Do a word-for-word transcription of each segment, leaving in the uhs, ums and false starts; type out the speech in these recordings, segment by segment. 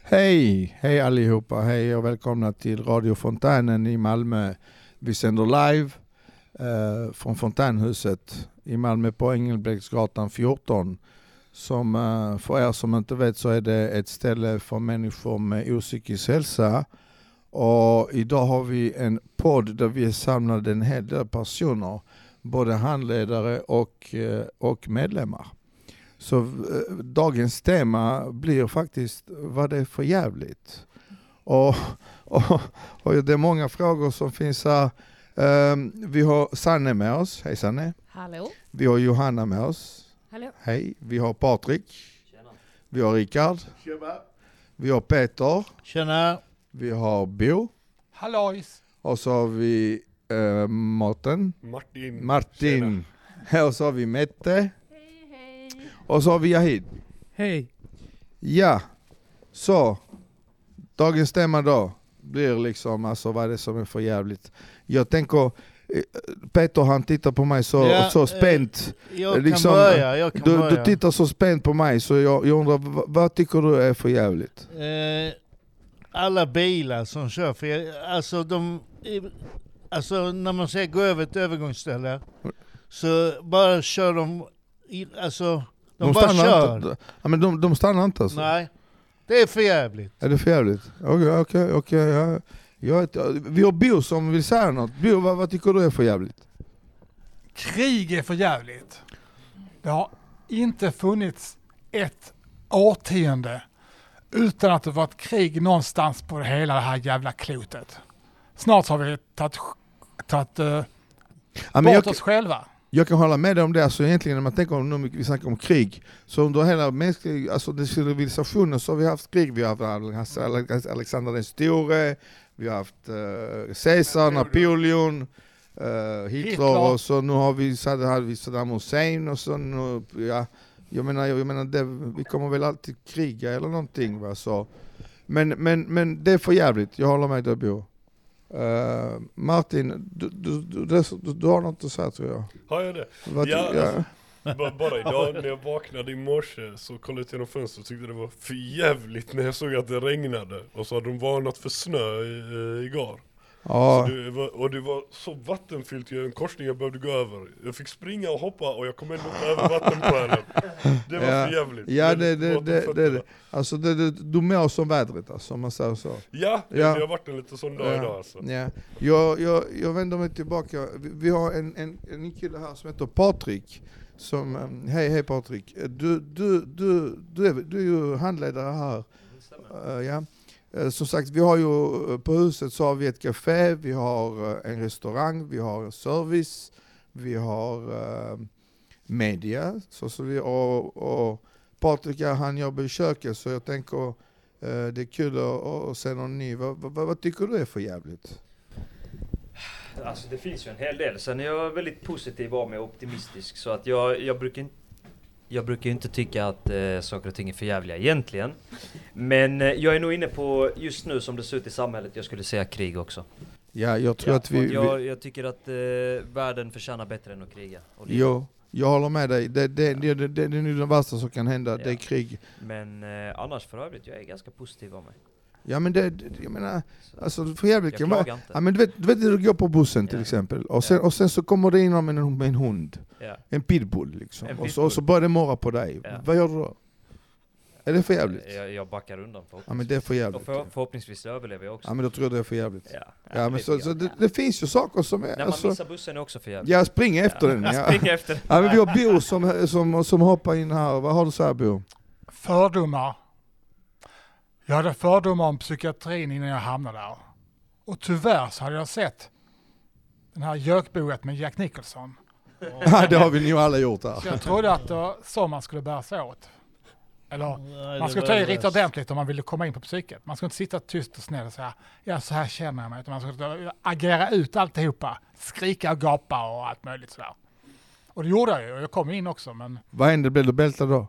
Hej, hej allihopa, hej och välkomna till Radio Fontänen i Malmö. Vi sänder live eh, från Fontänhuset i Malmö på Engelbrektsgatan fjorton. Som eh, för er som inte vet så är det ett ställe för människor med opsykisk hälsa. Och idag har vi en podd där vi är samlade en hel del personer, både handledare och, eh, och medlemmar. Så eh, dagens tema blir faktiskt vad det är för jävligt. Och, och, och det är många frågor som finns här. Um, vi har Sanne med oss. Hej Sanne. Hallå. Vi har Johanna med oss. Hallå. Hej. Vi har Patrik. Tjena. Vi har Rickard. Tjena. Vi har Peter. Tjena. Vi har Bo. Hallås. Och så har vi uh, Martin. Martin. Martin. Och så har vi Mette. Hej, hej. Och så har vi Yahid. Hej. Ja, så dagens tema då blir liksom alltså vad är det som är för jävligt. Jag tänker, Peter han tittar på mig så, ja, så spänt. Jag liksom, kan börja, jag kan du, börja. du tittar så spänt på mig så jag, jag undrar, vad, vad tycker du är för jävligt? Eh, alla bilar som kör, för jag, alltså de, alltså när man säger gå över ett övergångsställe så bara kör de, i, alltså de, De bara stannar kör. inte, ja, men de, de stannar inte alltså. Nej, det är för jävligt. Är det för jävligt? Okej, okej, okej. Ja. Jag, vi har Bo som vill säga något. Bo, vad, vad tycker du är för jävligt? Krig är för jävligt. Det har inte funnits ett årtionde utan att det varit krig någonstans på hela det här jävla klotet. Snart har vi tagit, tagit uh, Ja, men bort jag, oss själva. Jag kan hålla med dig om det. Alltså egentligen när man tänker om, nu vi snackar om krig, så under hela mänskliga, alltså den civilisationen så har vi haft krig. Vi har haft Alexander den store, vi har haft uh, Caesar, Napoleon, uh, Hitler, Hitler och så nu har vi, så hade vi Saddam Hussein och så nu, ja, jag menar, jag menar det, vi kommer väl alltid kriga eller någonting, va? Så, men, men, men det är för jävligt, jag håller med dig Bo. Uh, Martin, du, du, du, du, du har något att säga tror jag. Har jag det? Vad, Ja, ja. alltså, bara, bara idag när jag vaknade i morse så kollade jag genom fönstret och tyckte det var för jävligt när jag såg att det regnade. Och så hade de varnat för snö i, igår. Ja. Så det var, och det var så vattenfyllt i en korsning jag behövde gå över. Jag fick springa och hoppa och jag kom ändå inte över vattenpölen. Det var ja. för jävligt. Ja, det, det, det, det, det. Alltså det, det, du mår som vädret alltså, om man säger så. Ja, det, ja. det har varit en lite sån dag ja. idag alltså. Ja. Jag, jag, jag vänder mig tillbaka. Vi, vi har en, en, en kille här som heter Patrik. Som, um, hej hej Patrik. Du, du, du, du, är, du är ju handledare här. Uh, ja. Uh, som sagt, vi har ju uh, på huset så har vi ett café, vi har uh, en restaurang, vi har service, vi har uh, media. Så, så vi, och, och Patrik han jobbar i köket så jag tänker uh, det är kul att, att se någon ny. Vad, vad, vad tycker du är för jävligt? Alltså det finns ju en hel del. Sen är jag väldigt positiv av mig och optimistisk. Så att jag, jag brukar inte Jag brukar ju inte tycka att eh, saker och ting är för jävliga egentligen. Men eh, jag är nog inne på just nu som det ser ut i samhället. Jag skulle säga krig också. Ja, jag tror ja, att vi... Jag, vi... jag tycker att eh, världen förtjänar bättre än att kriga. Jo, jag håller med dig. Det, det, ja. det, det, det, det är nu det värsta som kan hända. Ja. Det är krig. Men eh, annars för övrigt, jag är ganska positiv av mig. Ja, men det, jag menar, alltså för jävligt kan jag vara... Ja, men du vet, du vet när du går på bussen till ja. exempel. Och sen, ja. och sen så kommer det in med en, med en hund. Ja. En pitbull liksom. En pitbull. Och, så, och så börjar det morra på dig. Ja. Vad gör du då? Är det för jävligt? Jag, jag backar undan ja, men det är för jävligt. Och för, förhoppningsvis överlever jag också. Ja, men då tror jag det är för jävligt. Ja, ja, ja men så, så det, det finns ju saker som är... När man alltså, missar bussen är också för jävligt. Ja, spring efter ja. den. Ja. spring efter den. Ja, men vi har Bo som, som, som hoppar in här. Vad har du så här, Bo? Fördomar. Jag hade fördomar om psykiatrin innan jag hamnade där. Och tyvärr så hade jag sett den här gökboet med Jack Nicholson. Ja, det har vi nog alla gjort här. Så jag trodde att det var så man skulle bära sig åt. Eller Nej, man skulle ta i riktigt ordentligt om man ville komma in på psyket. Man skulle inte sitta tyst och snäll och säga ja, så här känner jag mig. Utan man skulle agera ut alltihopa. Skrika och gapa och allt möjligt sådär. Och det gjorde jag ju och jag kom in också. Men... Vad hände? Blev du bältad då?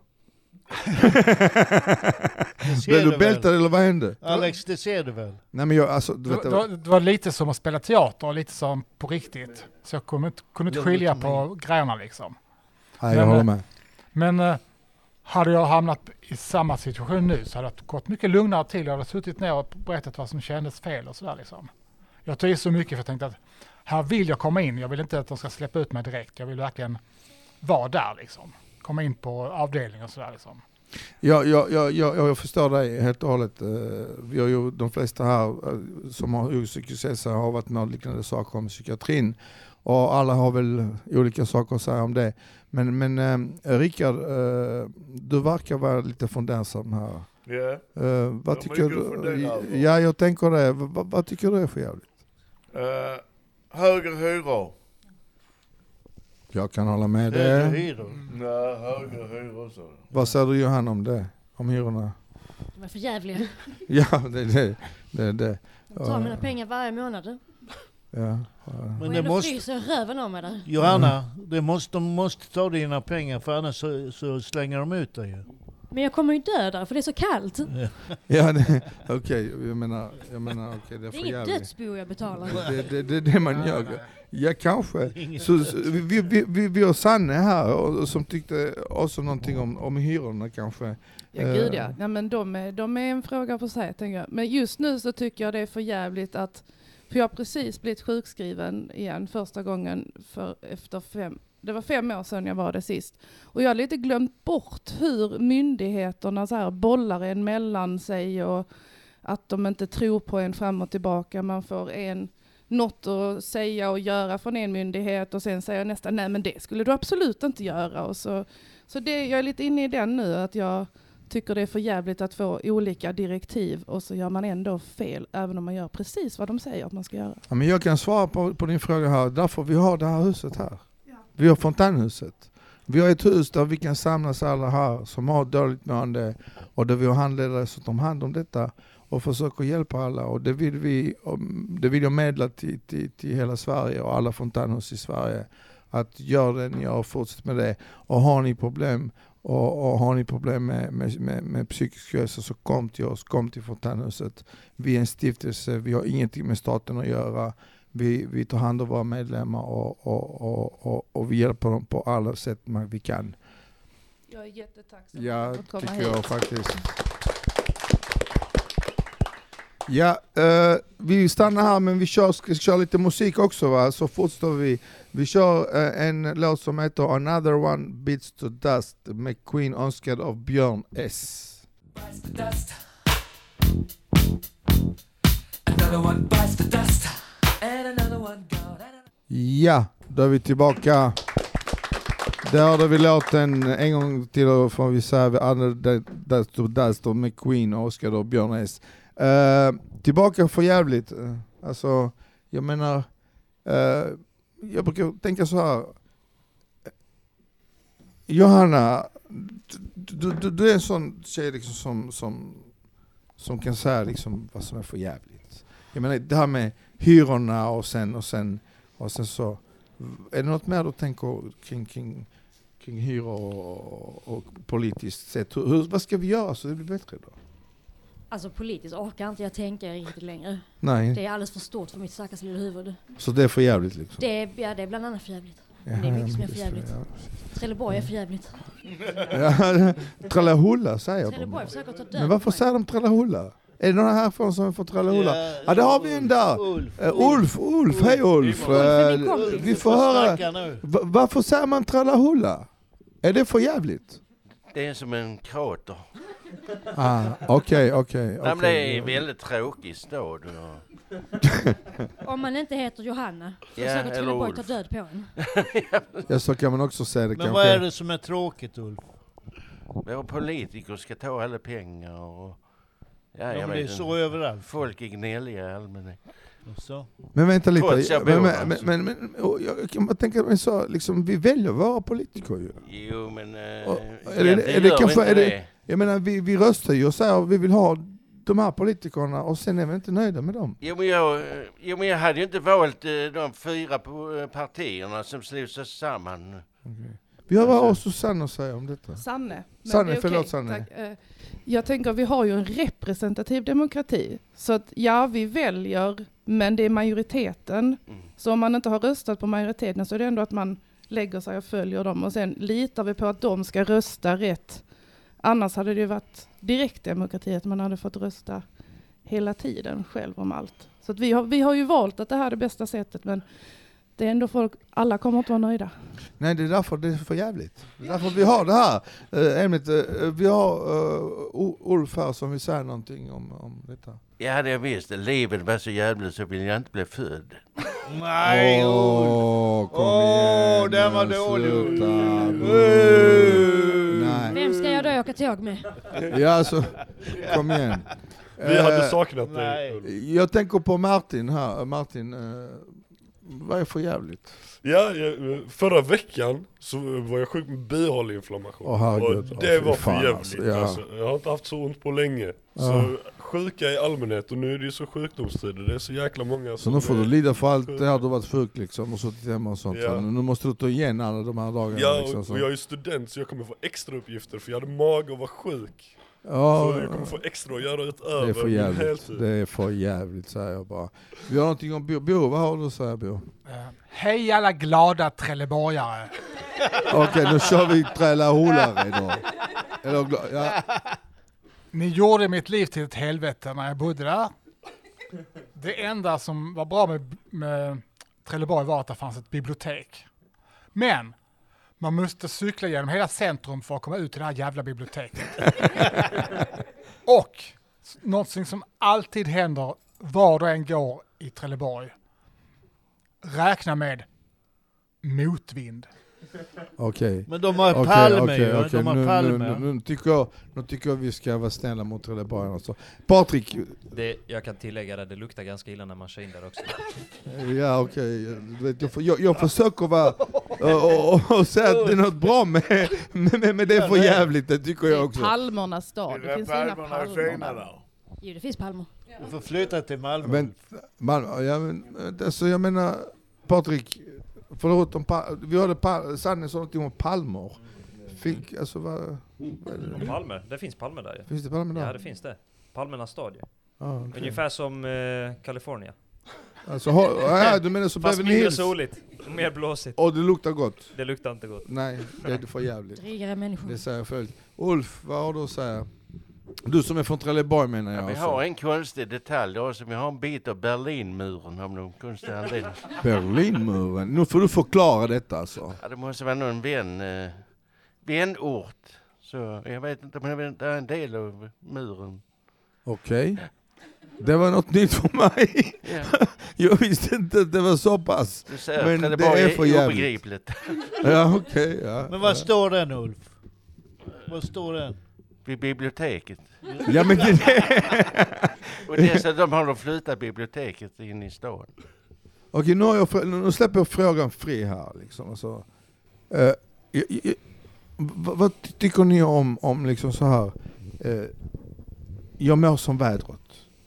Blev du bältad eller vad hände? Alex, det ser du väl? Nej, men jag, alltså, du vet, det, var, det var lite som att spela teater och lite som på riktigt. Så jag kunde inte, kunde inte skilja på grejerna liksom. Nej, jag håller med. Men hade jag hamnat i samma situation nu så hade det gått mycket lugnare till. Jag hade suttit ner och berättat vad som kändes fel och sådär liksom. Jag tog i så mycket för jag tänkte att här vill jag komma in. Jag vill inte att de ska släppa ut mig direkt. Jag vill verkligen vara där liksom. Komma in på avdelning och sådär liksom. Ja, ja, ja, ja, jag förstår dig helt och hållet. Vi har ju de flesta här som har psykisk hälsa har varit med liknande saker om psykiatrin. Och alla har väl olika saker att säga om det. Men, men äh, Rickard, äh, du verkar vara lite fundersam här. Ja. Äh, vad tycker du? Ja, jag tänker det. Vad, vad tycker du är för jävligt? Uh, högre hyror. Jag kan hålla med det. Högre hyror. Nej, högre hyror så. Vad säger du Johan om det? Om hyrorna? De är för jävliga. Ja, det är det. det, det. De tar mina pengar varje månad. Ja. Ja. Men det måste fryser röven av mig där. Johanna, det måste, de måste ta dina pengar för annars så, så slänger de ut dig. Men jag kommer ju dö där för det är så kallt. Ja, okej. Okay. Jag menar, jag menar okej, okay, det är för Det är inget jävligt. dödsbo jag betalar. Det är det, det, det man gör. Ja, kanske. Så, så, vi, vi, vi, vi har Sanne här och, som tyckte också någonting om, om hyrorna kanske. Ja, gud ja. Ja, men de är, de är en fråga för sig, tänker jag. Men just nu så tycker jag det är för jävligt att, för jag har precis blivit sjukskriven igen första gången för efter fem, det var fem år sedan jag var det sist. Och jag har lite glömt bort hur myndigheterna så här bollar en mellan sig och att de inte tror på en fram och tillbaka. Man får en något att säga och göra från en myndighet och sen säger nästa nej men det skulle du absolut inte göra. Och så så det, jag är lite inne i den nu att jag tycker det är för jävligt att få olika direktiv och så gör man ändå fel även om man gör precis vad de säger att man ska göra. Ja, men jag kan svara på, på din fråga här. Därför vi har det här huset här. Ja. Vi har fontänhuset. Vi har ett hus där vi kan samlas alla här som har dåligt mående och där vi har handledare som tar hand om detta och försöker hjälpa alla. Och det vill vi det vill jag medla till, till, till hela Sverige och alla fontänhus i Sverige. Att gör det ni gör och fortsätt med det. Och har ni problem och, och har ni problem med, med, med, med psykisk hälsa så kom till oss, kom till fontänhuset. Vi är en stiftelse, vi har ingenting med staten att göra. Vi, vi tar hand om våra medlemmar och, och, och, och, och vi hjälper dem på alla sätt vi kan. Jag är jättetacksam ja, för att komma tycker hit. jag faktiskt. Ja, uh, vi stannar här men vi kör, ska köra lite musik också va? Så fortsätter vi. Vi kör uh, en låt som heter Another One Beats to Dust med Queen önskad av Björn S. Ja, då är vi tillbaka. Där hade vi låten en gång till och får vi säga Another One to Dust med Queen önskad av Björn S. Uh, tillbaka för jävligt. Uh, alltså, jag menar, uh, jag brukar tänka så här. Johanna, du, du, du är en sån tjej liksom som, som, som kan säga liksom vad som är för jävligt. Jag menar, det här med hyrorna och sen, och sen, och sen så, är det något mer du tänker kring, kring, kring hyror och, och politiskt sett? Hur, vad ska vi göra så det blir bättre då? Alltså politiskt orkar inte jag tänka riktigt längre. Nej. Det är alldeles för stort för mitt stackars lilla huvud. Så det är för jävligt liksom? Det är, ja, det är bland annat för jävligt. Ja, det är mycket som är det för jävligt. ja. Trelleborg är för jävligt. Ja, Trellehulla säger Trelleborg de. försöker ta död. Men varför säger de Trellehulla? Är det några härifrån som får Trellehulla? Ja, ja, det har vi en där. Ulf, uh, Ulf, Ulf, hej Ulf. Ulf är min Uh, kompis. vi får höra. Va- varför säger man Trellehulla? Är det för jävligt? Det är som en krater. Ah, okej, okej. Nej, men det är en väldigt tråkig stad. Om man inte heter Johanna försöker eller Trelleborg ta Ulf. död på en. Ja, så kan man också säga det Men kanske. vad är det som är tråkigt, Ulf? Våra politiker ska ta alla pengar och... Ja, Ja, jag men det är vet så inte. överallt. Folk är gnälliga i allmänhet. Så. Men vänta lite. Trots jag Men, bor men, här, men, alltså. men, men och jag kan bara tänka mig så, liksom, vi väljer våra politiker ju. Jo, men... Eh, Och, är det, är det gör kanske, inte är det, jag menar, vi, vi röstar ju och säger att vi vill ha de här politikerna och sen är vi inte nöjda med dem. Jo men, jag, jo, men jag hade ju inte valt eh, de fyra po- partierna som slog sig samman. Okay. Vi har vad Susanne att säga om detta. Sanne. Men Sanne, det är okej. förlåt Sanne. Tack. Eh, Jag tänker vi har ju en representativ demokrati. Så att ja, vi väljer, men det är majoriteten. Mm. Så om man inte har röstat på majoriteten så är det ändå att man lägger sig och följer dem. Och sen litar vi på att de ska rösta rätt annars hade det ju varit direktdemokrati, att man hade fått rösta hela tiden själv om allt. Så att vi, har, vi har ju valt att det här är det bästa sättet, men det är ändå folk, alla kommer inte vara nöjda. Nej, det är därför det är för jävligt. Det är därför vi har det här. Uh, ämnet, uh, vi har uh, Ulf här som vill säga någonting om, om detta. Ja, hade jag visst. Livet var så jävligt så vill jag inte bli född. Nej, Ulf. Åh, kom Åh, igen. den var nu, dålig. sluta. Nej. Vem ska jag då åka tåg med? Ja, alltså, kom igen. Vi hade Eh, saknat dig. Jag tänker på Martin här. Martin, uh, vad är för jävligt? Ja, jag, förra veckan så var jag sjuk med bihåleinflammation. Åh, herregud. och det Åh, fy var fan, för jävligt. alltså. Ja. Alltså, jag har inte haft så ont på länge. Ja. Så sjuka i allmänhet, och nu är det ju så sjukdomstider. Det är så jäkla många Så som nu får du är- lida för allt det här du varit sjuk liksom och suttit hemma och sånt. Ja. Nu nu måste du ta igen alla de här dagarna. Ja, liksom, och, så. och jag är student så jag kommer få extra uppgifter för jag hade mage och var sjuk. Ja, Så jag kommer få extra att göra utöver det är för min jävligt. heltid. Det är för jävligt, säger jag bara. Vi har någonting om Bo. Bo, vad har du att säga, Bo? Eh, Hej alla glada trelleborgare. Okej, nu kör vi trälarholare idag. Eller, gla- ja. Ni gjorde mitt liv till ett helvete när jag bodde där. Det enda som var bra med, med Trelleborg var att det fanns ett bibliotek. Men man måste cykla genom hela centrum för att komma ut till det här jävla biblioteket. Och någonting som alltid händer var du än går i Trelleborg. Räkna med motvind. Okej. Men de har Okej, Palme okej, ju. okej. De har Nu, nu, Palme. nu, nu, tycker jag, nu tycker jag vi ska vara snälla mot Trelleborg. Alltså. Patrik, Det, jag kan tillägga att det luktar ganska illa när man kör in där också. ja okej. Du vet, Jag, får- jag, jag försöker vara och, och, och säga att det är något bra med, med, med det är för jävligt, det tycker jag också. Palmernas stad, det finns inga palmer där. Jo, det finns palmer. Du får flytta till Malmö. Men, man, ja, men alltså, jag menar, Patrik, förlåt om pa, vi hörde pa, Sanne sa någonting om palmer. Fick, alltså, vad, vad är det? Palmer, det finns palmer där ju. Finns det palmer där? Ja, det finns det. Palmernas stad ju. Ah, okay. Ungefär som eh, California. Alltså, ha, ja, du menar så Fast Beverly mindre Hills? soligt. Och mer blåsigt. Och det luktar gott? Det luktar inte gott. Nej, det är för jävligt. Drygare människor. Det säger jag förut. Ulf, vad har du att säga? Du som är från Trelleborg menar jag. Ja, vi alltså. har en konstig detalj då, som vi har en bit av Berlinmuren av någon konstig anledning. Berlinmuren. Nu får du förklara detta alltså. Ja, det måste vara någon vän, eh, vänort. Så jag vet inte, men det är en del av muren. Okej. Det var något nytt för mig. Ja. Jag visste inte att det var så pass. Du säger Men att det Trelleborg är för jävligt. obegripligt. Ja, okej. ja. Men vad står den, Ulf? Vad står den? Vid biblioteket. Ja, men det är... Och dessutom har de flyttat biblioteket in i stan. Okej, nu, har jag, fr- nu släpper jag frågan fri här. Liksom. Alltså, eh, jag, jag, vad, vad tycker ni om, om liksom så här? Eh, jag mår som vädret.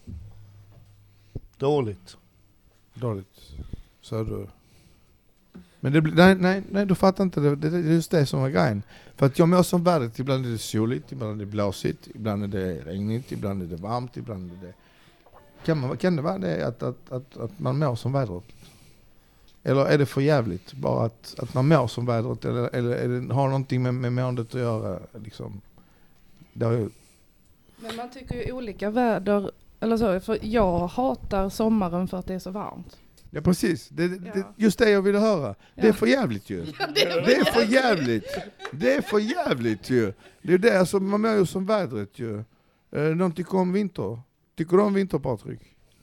Dåligt. Dåligt. Så du. Men det blir, nej, nej, nej, du fattar inte. Det, det, det är just det som är grejen. För att jag mår som vädret. Ibland är det soligt, ibland är det blåsigt, ibland är det regnigt, ibland är det varmt, ibland är det... Kan, man, kan det vara det att, att, att, att man mår som vädret? Eller är det för jävligt bara att, att man mår som vädret? Eller, eller är det, har någonting med, med måendet att göra? Liksom? Det har ju, Men man tycker ju olika väder, eller så, för jag hatar sommaren för att det är så varmt. ja, precis. Det, det, Ja. just det jag ville höra. Det är Ja. för jävligt ju. det är Det är för jävligt. Det är för jävligt ju. Det är det, alltså, man mår ju som vädret ju. Eh, någon tycker om vinter. Tycker du om vinter, Patrik?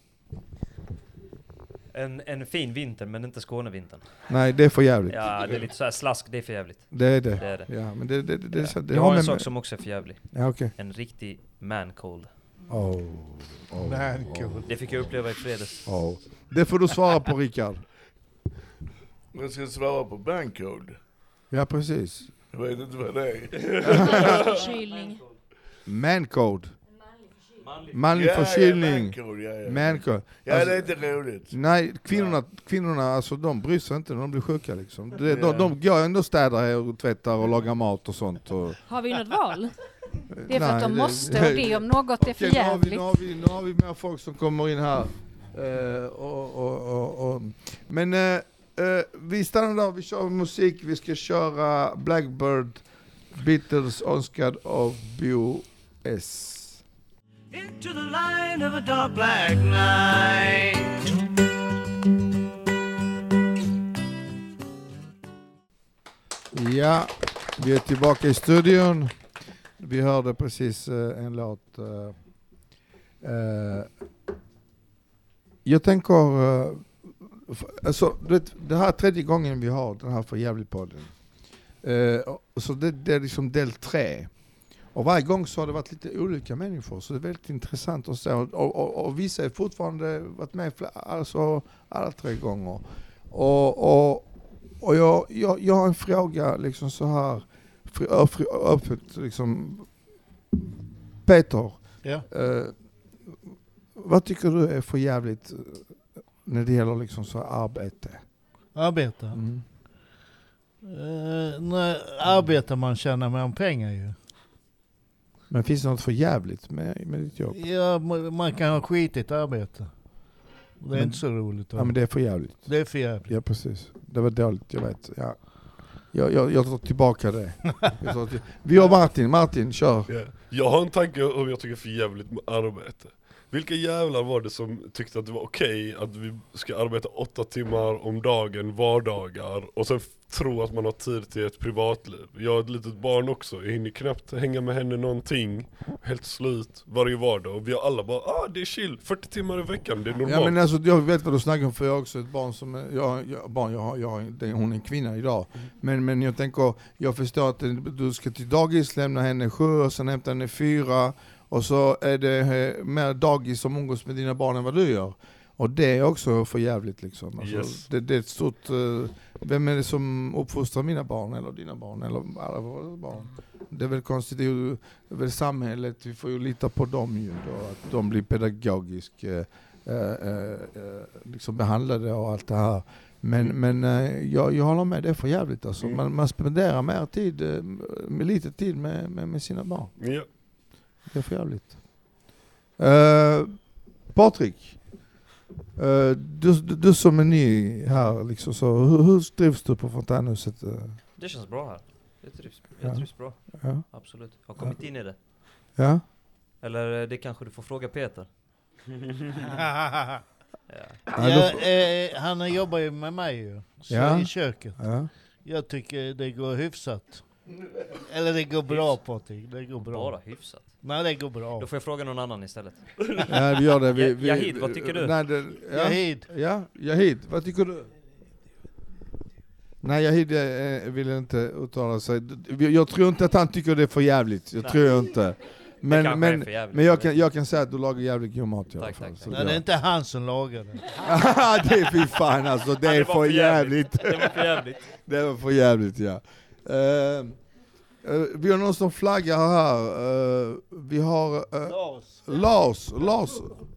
En, en fin vinter, men inte Skånevintern. Nej, det är för jävligt. Ja, det är lite så här slask, det är för jävligt. Det är det. Det är det. Ja, men det, det, det, det, Ja. det, det Jag har har en med- sak som också är för jävlig. Ja, okej. En riktig man cold. Oh. Oh. Man cold. Det fick jag uppleva i fredags. Oh. Det får du svara på, Rickard. Jag ska svara på bankcode. Ja, precis. Jag vet inte vad det är. Förkylning. Mancode. Manlig Ja, förkylning. Ja, mancode, ja, ja. Mancode. Ja, Alltså, det är inte roligt. nej, kvinnorna, kvinnorna alltså, de bryr sig inte när de blir sjuka. Liksom. De, de, Ja. de går ändå och städar och tvättar och lagar mat och sånt. Och, Har vi något val? Det är för att de Nej, måste, och det om något är för Okej, nu har vi, jävligt. nu, har vi, nu har vi mer folk som kommer in här. Eh, och, och, och, och. Men eh, eh, vi stannar där, vi kör musik. Vi ska köra Blackbird Beatles önskad av Bo S. Into the line of a dark black night. Ja, vi är tillbaka i studion. Vi hörde precis uh, en låt. Uh, uh, jag tänker, uh, f- alltså, det, det här är tredje gången vi har den här för jävligt podden. Uh, så det, det är liksom del tre. Och varje gång så har det varit lite olika människor, så det är väldigt intressant att se. Och, och, och vissa har fortfarande varit med alltså, alla tre gånger. Och, och, och jag, jag, jag har en fråga liksom så här, öppet liksom. Peter, ja. eh, vad tycker du är för jävligt när det gäller liksom så arbete? Arbete? Mm. Uh, när arbetar man tjänar man pengar ju. Men finns det något för jävligt med, med ditt jobb? Ja, man kan ha skitigt arbete. Det är men, inte så roligt. Ja, men det är för jävligt. Det är för jävligt. Ja, precis. Det var dåligt, jag vet. Ja. Jag, jag, jag tar tillbaka det. Jag tar till... Vi har Martin. Martin, kör. Yeah. Jag har en tanke om jag tycker för jävligt med arbete. Vilka jävlar var det som tyckte att det var okej okay att vi ska arbeta åtta timmar om dagen, vardagar, och sen f- tro att man har tid till ett privatliv? Jag har ett litet barn också, jag hinner knappt hänga med henne någonting, helt slut varje vardag, och vi har alla bara, ah det är chill, fyrtio timmar i veckan, det är normalt. Ja, men alltså, jag vet vad du snackar om, för jag har också ett barn som är, jag, jag, barn, jag har, jag har, det, hon är en kvinna idag, mm. men, men jag tänker, jag förstår att du ska till dagis, lämna henne sju och sen hämta henne fyra. Och så är det mer dagis som umgås med dina barn än vad du gör. Och det är också för jävligt liksom. Alltså, yes. det, det är ett stort... Uh, vem är det som uppfostrar mina barn eller dina barn eller alla våra barn? Det är väl konstigt, det är, ju, det är väl samhället, vi får ju lita på dem ju då, att de blir pedagogiskt uh, uh, uh, liksom behandlade och allt det här. Men, men uh, jag, jag håller med, det är för jävligt alltså. Man, man spenderar mer tid, uh, med lite tid med, med, med sina barn. Ja. Det är för jävligt. Uh, Patrik, uh, du, du, du som är ny här, liksom, så, hur, hur trivs du på Fontänhuset? Uh? Det känns bra här. Jag trivs, jag Ja. trivs bra. Ja. Absolut. Jag har kommit Ja. in i det. Ja? Eller det kanske du får fråga Peter. ja. Ja, Ja, eh, han jobbar ju med mig ju, så Ja. i köket. Ja. Jag tycker det går hyfsat. Eller det går bra Patrik, det går bra. Bara hyfsat. Nej, det går bra. Då får jag fråga någon annan istället. Ja, vi gör det. Vi, vi, Yahid, vad tycker du? Nej, det, ja. Yahid. Ja, Yahid, vad tycker du? Nej, Yahid eh, vill inte uttala sig. Jag tror inte att han tycker det är för jävligt. Jag Nej. tror jag inte. Men, men, för jävligt. men jag, kan, jag kan säga att du lagar jävligt god mat i alla Tack, fall. tack, Så Nej, det är inte han som lagar det. det är fy fan alltså, det Ja, är det var för för jävligt. jävligt. Det var för jävligt. Det var för jävligt, ja. Uh, uh, vi har någon som flaggar här. Uh, vi har uh, Lars. Lars. Lars.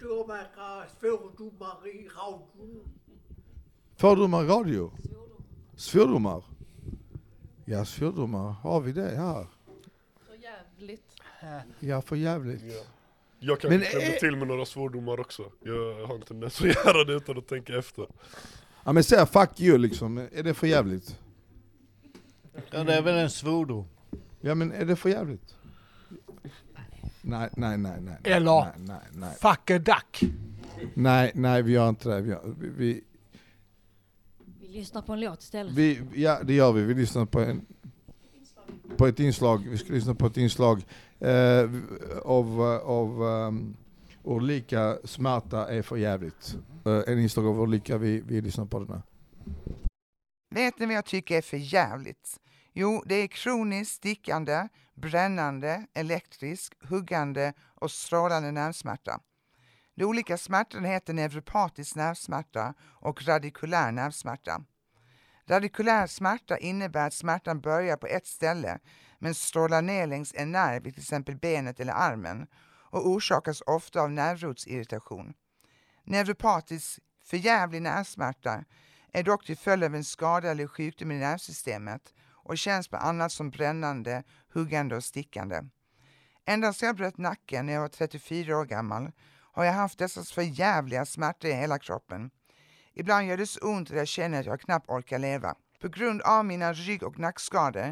Fördomar radio. Svordomar. Ja, svordomar. Har vi det här? För jävligt. Ja, för jävligt. Ja. Jag kan Men klämma är- till med några svordomar också. Jag har en tendens att göra det utan att tänka efter. Ja, men säg fuck you liksom. Är det för jävligt? Ja, det är väl en svordom. Ja, men är det för jävligt? Nej, nej, nej, nej. Eller- Nej, nej, nej. Fuck a duck. Nej, nej, vi gör inte det. Vi, gör, vi, vi, Vi lyssnar på en låt istället. vi, ja, det gör vi. Vi lyssnar på, en, på ett inslag. Vi ska lyssna på ett inslag eh, av, av um, Ulrika Smärta är för jävligt. Eh, en inslag av Ulrika, vi, vi lyssnar på den här. Vet ni vad jag tycker är för jävligt? Jo, det är kroniskt stickande, brännande, elektrisk, huggande och strålande nervsmärta. De olika smärtorna heter neuropatisk nervsmärta och radikulär nervsmärta. Radikulär smärta innebär att smärtan börjar på ett ställe men strålar ner längs en nerv i till exempel benet eller armen och orsakas ofta av nervrotsirritation. Neuropatisk förjävlig nervsmärta är dock till följd av en skada eller sjukdom i nervsystemet och känns bland annat som brännande, huggande och stickande. Ända sedan jag bröt nacken när jag var trettiofyra år gammal har jag haft dessa förjävliga smärtor i hela kroppen. Ibland gör det så ont att jag känner att jag knappt orkar leva. På grund av mina rygg- och nackskador har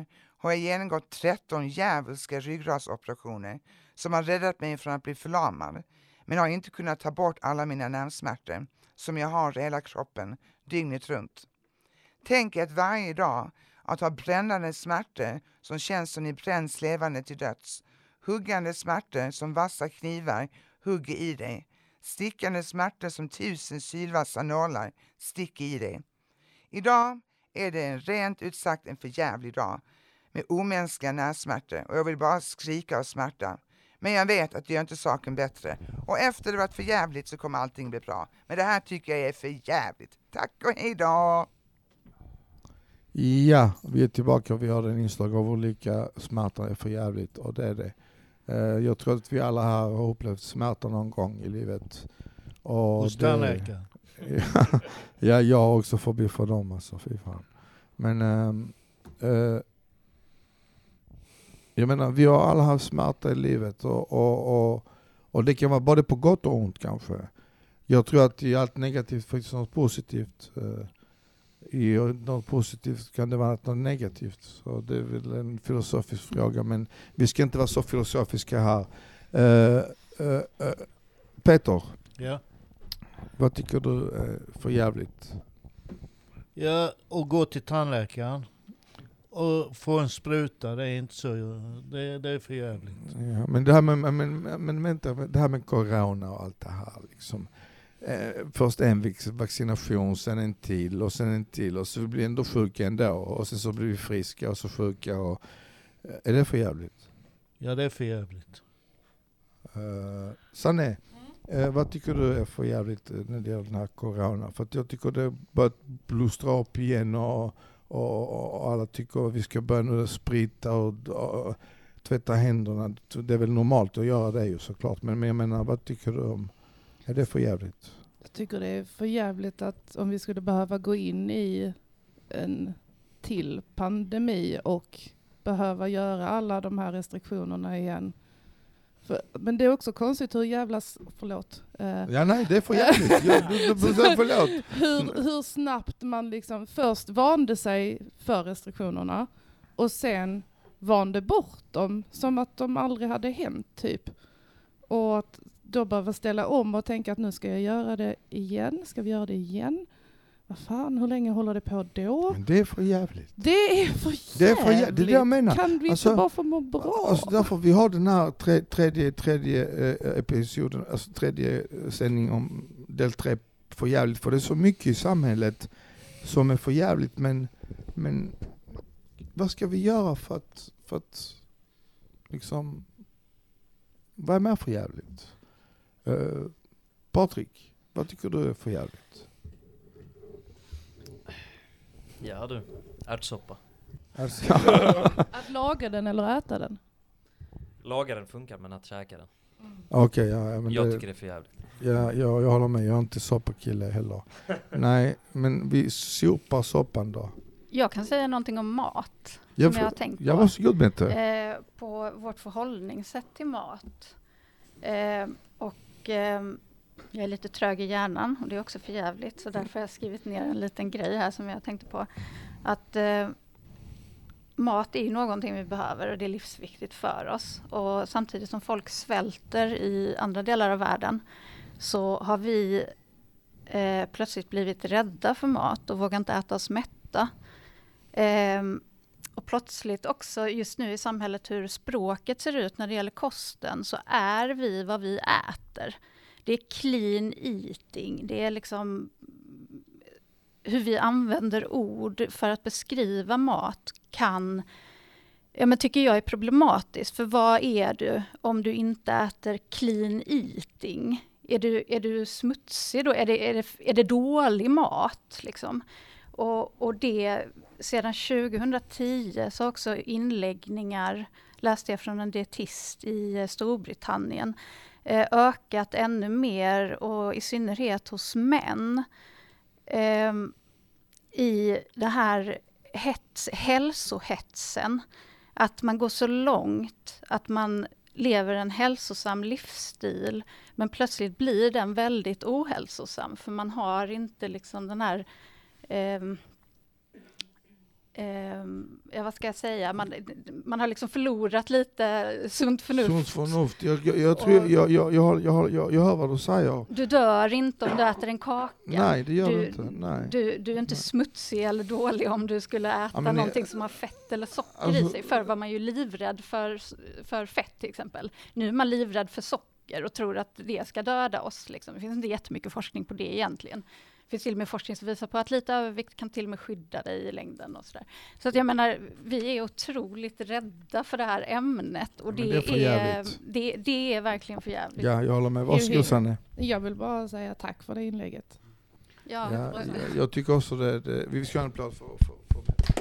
har jag genomgått tretton djävulska ryggradsoperationer som har räddat mig från att bli förlamad, men har inte kunnat ta bort alla mina nervsmärtor som jag har i hela kroppen dygnet runt. Tänk att varje dag att ha brännande smärtor som känns som ni bränns levande till döds, huggande smärtor som vassa knivar hugger i dig, stickande smärtor som tusen sylvassa nålar sticker i dig. Idag är det en rent ut sagt en förjävlig dag med omänskliga närsmärtor och jag vill bara skrika av smärta. Men jag vet att det gör inte saken bättre. Och efter det varit förjävligt så kommer allting bli bra. Men det här tycker jag är förjävligt. Tack och hej då! Ja, vi är tillbaka och vi har en inslag av olika smärtor är förjävligt och det är det. Jag tror att vi alla här har upplevt smärta någon gång i livet. Och hos tandläkaren. Ja, ja, jag har också förbi för dem alltså, fy fan. Men ähm, äh, jag menar, vi har alla haft smärta i livet och, och, och, och det kan vara både på gott och ont kanske. Jag tror att i allt negativt finns något positivt. Äh, I något positivt kan det vara något negativt. Så det är väl en filosofisk fråga, men vi ska inte vara så filosofiska här. Äh, äh, äh, Peter, ja. Vad tycker du är för jävligt? Ja, och gå till tandläkaren och få en spruta, det är inte så, det, det är för jävligt. Ja, men det här med, men, men, vänta, det här med corona och allt det här liksom. Eh, först en vaccination, sen en till och sen en till och så blir vi ändå sjuka ändå och sen så blir vi friska och så sjuka och, eh, är det för jävligt? Ja, det är för jävligt. Uh, Sanne, Eh, vad tycker du är för jävligt när det gäller den här corona? För att jag tycker det börjar blustra upp igen och, och, och alla tycker att vi ska börja nu sprita och, och tvätta händerna. Det är väl normalt att göra det ju såklart. Men, men jag menar, vad tycker du om? Är det för jävligt? Jag tycker det är för jävligt att om vi skulle behöva gå in i en till pandemi och behöva göra alla de här restriktionerna igen. För, men det är också konstigt hur jävla... Förlåt. Eh, ja, nej, det är för jävligt. Jag, du, du, du, förlåt. hur, hur snabbt man liksom först vande sig för restriktionerna och sen vande bort dem som att de aldrig hade hänt, typ. Och att då behöva ställa om och tänka att nu ska jag göra det igen. Ska vi göra det igen? Vad fan, hur länge håller det på då? Men det är för jävligt. Det är för jävligt. Det är, för jä- det är det jag menar. Kan vi alltså, inte bara få må bra? Alltså därför vi har den här tre, tredje, tredje eh, episoden, alltså tredje sändning om del tre för jävligt. För det är så mycket i samhället som är för jävligt. Men, men vad ska vi göra för att, för att liksom, vad är mer för jävligt? Uh, Patrik, vad tycker du är för jävligt? Ja du, ärtsoppa. Att laga den eller äta den? Laga den funkar, men att käka den. Mm. Okej, okay, ja, men jag det, tycker det är för jävligt. Ja, jag, jag håller med. Jag är inte soppakille heller. Nej, men vi sopar soppan då. Jag kan säga någonting om mat. Jag, som jag har tänkt på. Jag var så god med det. Eh, på vårt förhållningssätt till mat. Eh, och... Eh, Jag är lite trög i hjärnan och det är också för jävligt. Så därför har jag skrivit ner en liten grej här som jag tänkte på. Att eh, mat är ju någonting vi behöver och det är livsviktigt för oss. Och samtidigt som folk svälter i andra delar av världen så har vi eh, plötsligt blivit rädda för mat och vågar inte äta oss mätta. Eh, och plötsligt också just nu i samhället hur språket ser ut när det gäller kosten så är vi vad vi äter. Det är clean eating. Det är liksom hur vi använder ord för att beskriva mat kan, ja men tycker jag är problematiskt. För vad är du om du inte äter clean eating? Är du, är du smutsig då? Är det, är det, är det dålig mat liksom? Och, och det sedan tjugohundratio så också inläggningar läste jag från en dietist i Storbritannien ökat ännu mer och i synnerhet hos män eh, i det här hets, hälsohetsen. Att man går så långt att man lever en hälsosam livsstil men plötsligt blir den väldigt ohälsosam för man har inte liksom den här eh, eh, ja, vad ska jag säga, man, man har liksom förlorat lite sunt förnuft. Sunt förnuft. Jag, jag, jag, tror, jag, jag, jag, jag, jag, jag, jag hör vad du säger. Du dör inte om du äter en kaka. Nej, det gör du, du inte. Nej. Du, du är inte Nej. smutsig eller dålig om du skulle äta Ja, men någonting det- som har fett eller socker Alltså- i sig. Förr var man ju livrädd för, för fett till exempel. Nu är man livrädd för socker och tror att det ska döda oss. Liksom. Det finns inte jättemycket forskning på det egentligen. Det finns till och med forskning som visar på att lite övervikt kan till och med skydda dig i längden och sådär. Så att jag menar, vi är otroligt rädda för det här ämnet och Men det, det är för är, jävligt. det, det är verkligen för jävligt. Ja, jag håller med. Varsågod Sanne. Jag vill bara säga tack för det inlägget. Ja, Ja, och- jag, jag tycker också det. det vi ska ha en applåd för, för, för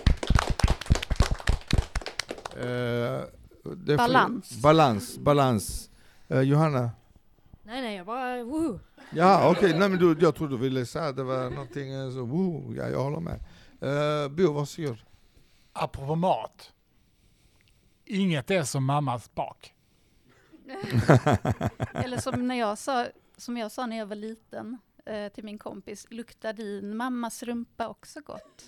uh, det är för- Balans. Balans, balans. Uh, Johanna? Nej, nej, jag bara woohoo. Ja, okej. Okay. Nej, men du, jag trodde du ville säga att det var någonting eh, så, woo. Ja, jag håller med. Uh, Bo, varsågod. Apropå mat. Inget är som mammas bak. Eller som, när jag sa, som jag sa när jag var liten eh, till min kompis, luktar din mammas rumpa också gott?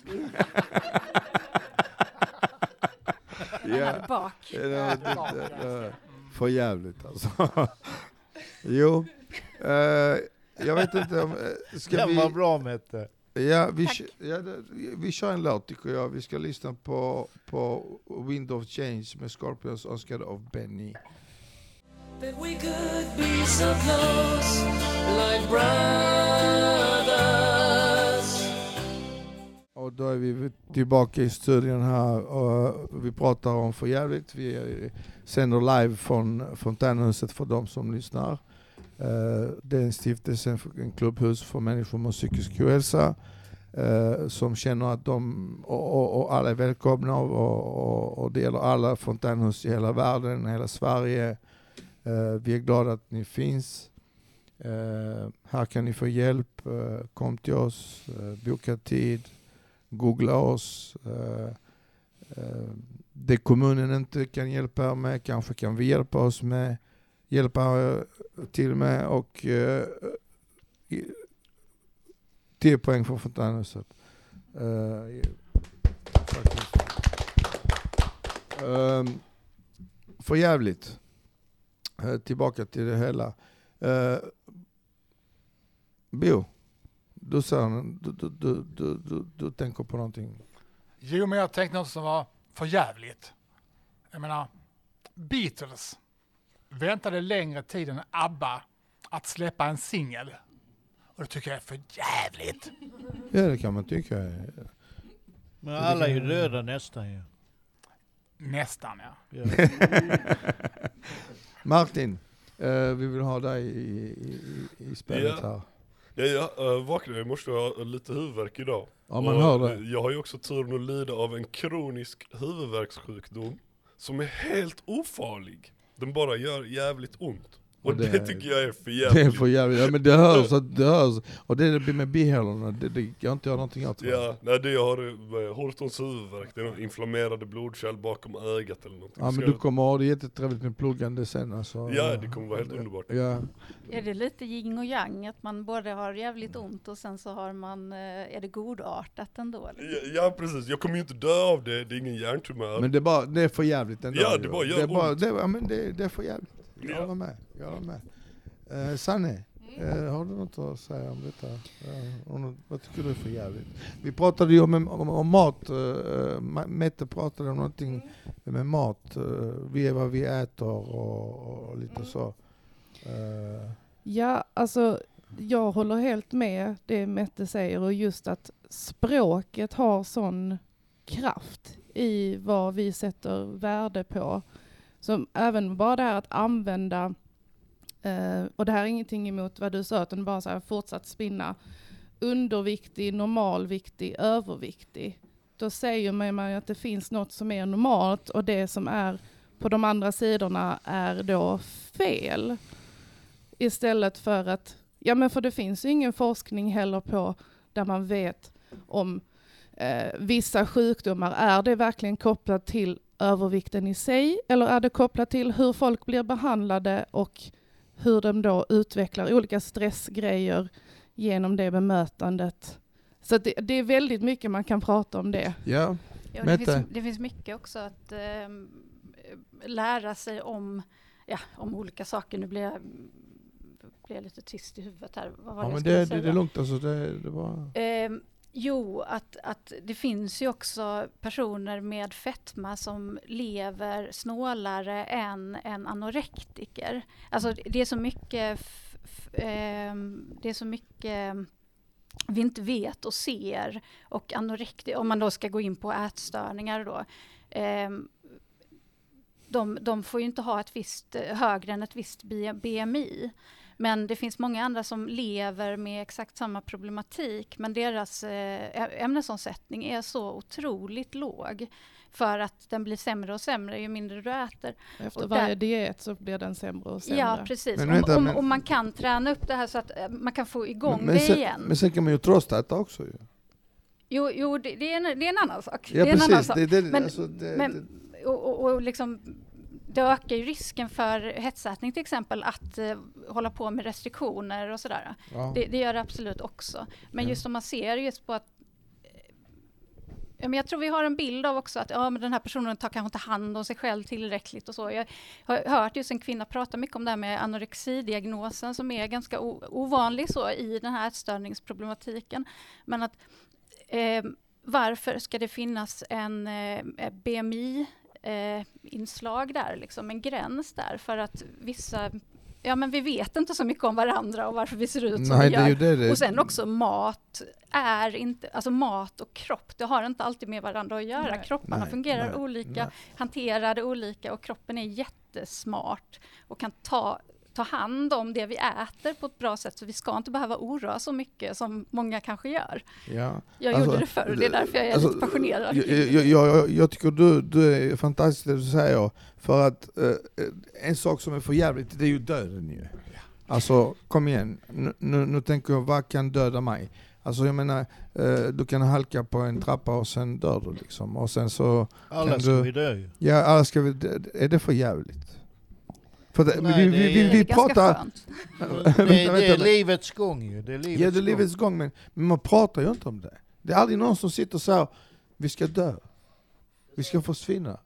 Den hade bak. Det, det, det, det, för jävligt alltså. Jo. Uh, jag vet inte om... Uh, ska Den vi... var bra, Mette. Ja, vi, kö- ja, det- vi kör en låt tycker jag. Vi ska lyssna på, på Wind of Change med Scorpions önskade av Benny. That we could be so close, like brothers. Och då är vi tillbaka i studion här och vi pratar om för jävligt. Vi sänder live från Fontänhuset för de som lyssnar. Uh, det är en stiftelse, en klubbhus för människor med psykisk ohälsa uh, som känner att de och, och, och alla är välkomna och, och, och det gäller alla fontänhus i hela världen, hela Sverige. Uh, vi är glada att ni finns. Uh, här kan ni få hjälp. Uh, kom till oss, uh, boka tid, googla oss. Uh, uh, det kommunen inte kan hjälpa er med kanske kan vi hjälpa oss med. Hjälpa till med och uh, tio poäng för Fontänhuset. Uh, um, för jävligt. Uh, tillbaka till det hela. Uh, Bio, du, sa, du, du, du, du, du, du tänker på någonting. Jo, men jag tänkte något som var för jävligt. Jag menar, Beatles väntade längre tid än ABBA att släppa en singel. Och det tycker jag är för jävligt. Ja, det kan man tycka. Men alla är ju döda nästan ju. Nästan, ja. Ja. Martin, uh, vi vill ha dig i, i, i spelet Ja. här. Ja, jag äh, vaknade i morse och har lite huvudvärk idag. Ja, man och, hör det. Jag har ju också turen att lida av en kronisk huvudvärkssjukdom som är helt ofarlig. Den bara gör jävligt ont. Och, Och det- det, tycker jag är för jävligt. Det är för jävligt. Ja, men det hörs, att det hörs. Och det är det med bihålorna, det, det jag inte gör någonting åt. va? Ja, nej det jag har är Hortons huvudvärk. Det är någon inflammerade blodkärl bakom ögat eller någonting. Ja, Så men jag- du kommer ha det jättetrevligt med pluggande sen alltså. Ja, det kommer vara helt underbart. Ja. Är det lite yin och yang, att man både har jävligt ont och sen så har man, eh, är det godartat ändå? Liksom? Ja, ja precis, jag kommer ju inte dö av det, det är ingen hjärntumör. Men det är, bara, det är för jävligt ändå. Ja, ju. det bara gör det är bara, ont. det, ja, men det, det är för jävligt. Jag Ja. håller med. Jag håller med. Eh, Sanne, eh, har du något att säga om detta? Eh, om, vad tycker du är för jävligt? Vi pratade ju om, om, om mat. Uh, Mette pratade om någonting med mat. Uh, vi är vad vi äter och, och lite så. Uh, Ja, alltså jag håller helt med det Mette säger och just att språket har sån kraft i vad vi sätter värde på. Så även bara det här att använda, eh, och det här är ingenting emot vad du sa, utan bara så här fortsatt spinna, underviktig, normalviktig, överviktig. Då säger man ju att det finns något som är normalt och det som är på de andra sidorna är då fel. Istället för att, ja men för det finns ju ingen forskning heller på där man vet om eh, vissa sjukdomar, är det verkligen kopplat till övervikten i sig eller är det kopplat till hur folk blir behandlade och hur de då utvecklar olika stressgrejer genom det bemötandet. Så att det, det är väldigt mycket man kan prata om det. ja. Ja, det, finns, det finns mycket också att eh, lära sig om, ja, om olika saker. Nu blir jag, blir jag lite tyst i huvudet här. Vad var ja, det men jag det, skulle det, det är lugnt. Alltså, det, det var... Eh, jo, att, att det finns ju också personer med fetma som lever snålare än en anorektiker. Alltså det är så mycket, f- f- eh, det är så mycket vi inte vet och ser. Och anorekti, om man då ska gå in på ätstörningar då. Eh, de, de får ju inte ha ett visst, högre än ett visst B M I. Men det finns många andra som lever med exakt samma problematik. Men deras eh, ämnesomsättning är så otroligt låg. För att den blir sämre och sämre ju mindre du äter. Efter och varje där, diet så blir den sämre och sämre. Ja, precis. Men om, vänta, om, men- om man kan träna upp det här så att eh, man kan få igång Men, men, det sen, igen. men sen kan man ju tröstäta också ju. Jo, jo det, det, är en, det är en annan sak. Ja, det är en annan precis. sak. Det- det- men, alltså, det- men, och, och, och liksom, det ökar ju risken för hetsätning till exempel att eh, hålla på med restriktioner och sådär. Ja. Det, det gör det absolut också. Men Ja. just om man ser just på att ja, men jag tror vi har en bild av också att ja, men den här personen tar kanske inte hand om sig själv tillräckligt och så. Jag har hört just en kvinna prata mycket om det här med anorexidiagnosen som är ganska o- ovanlig så i den här ätstörningsproblematiken. Men att eh, varför ska det finnas en eh, B M I eh, inslag där, liksom en gräns där för att vissa ja men vi vet inte så mycket om varandra och varför vi ser ut som Nej, vi det är gör. ju det, det. Och sen också mat är inte, alltså mat och kropp, det har inte alltid med varandra att göra. Nej. Kropparna Nej, fungerar nej, olika, nej. hanterade olika och kroppen är jättesmart och kan ta, ta hand om det vi äter på ett bra sätt så vi ska inte behöva oroa så mycket som många kanske gör. Ja. Jag Alltså, gjorde det förr och det är därför jag är alltså, lite passionerad. Jag, jag, jag, jag tycker du, du är fantastisk det du säger. För att eh, en sak som är för jävligt det är ju döden ju. Alltså kom igen, nu, nu, nu tänker jag vad kan döda mig? Alltså jag menar, eh, du kan halka på en trappa och sen dör du liksom. Och sen så Alla kan ska du, vi dö ju. Ja, alla ska vi dö. Är det för jävligt? För det, Nej, vi, det vi, vi, är vi ganska pratar... skönt. Det, det är vänta. livets gång ju. Det är livets, Ja, det är livets gång, men, men man pratar ju inte om det. Det är aldrig någon som sitter och säger vi ska dö. Vi ska försvinna.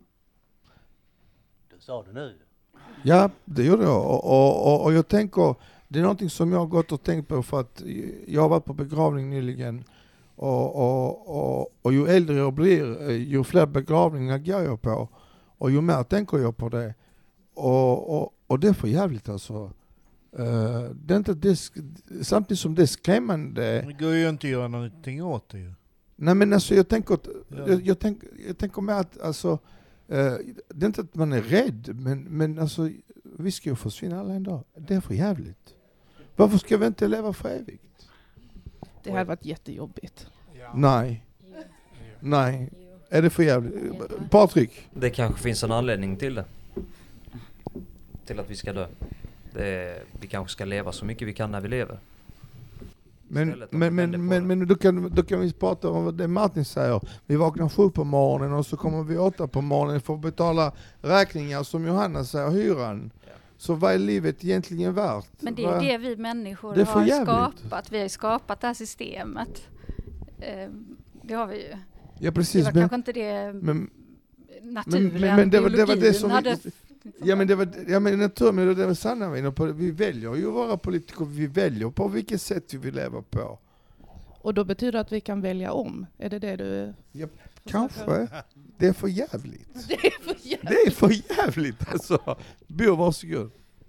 Du sa det nu. Ja, det gjorde jag. Och, och, och, och jag tänker, det är någonting som jag har gått och tänkt på för att jag har varit på begravning nyligen. Och, och, och, och ju äldre jag blir, ju fler begravningar går jag på. Och ju mer tänker jag på det. Och, och, och det är för jävligt alltså. Uh, det är inte det, samtidigt som det är skrämmande. Det går ju inte att göra någonting åt det ju. Nej men alltså jag tänker, att, Ja. jag, jag, tänk, jag tänker med att alltså, uh, det är inte att man är rädd, men, men alltså, vi ska ju försvinna alla en dag. Det är för jävligt. Varför ska vi inte leva för evigt? Det hade varit jättejobbigt. Nej. Nej. Är det för jävligt? Patrik? Det kanske finns en anledning till det. Till att vi ska dö. Det är, vi kanske ska leva så mycket vi kan när vi lever. Men, Istället om men, vi vänder men, på men, det. men då, kan, då kan vi prata om vad det Martin säger. Vi vaknar sju på morgonen och så kommer vi åtta på morgonen för att betala räkningar som Johanna säger, hyran. Ja. Så vad är livet egentligen värt? Men det är Vad- det vi människor Det är för har jävligt. skapat. Vi har ju skapat det här systemet. Eh, det har vi ju. Ja Det precis, var men, kanske inte det men, naturliga, men, men, men det, var, det var det biologin som... hade. Ja men det var, ja men natur, men det var sanna vi, på, vi väljer ju våra politiker, vi väljer på vilket sätt vi vill leva på. Och då betyder det att vi kan välja om. Är det det du... Ja, kanske. Det är för jävligt. Det är för jävligt. Det är för jävligt alltså. Bo, varsågod.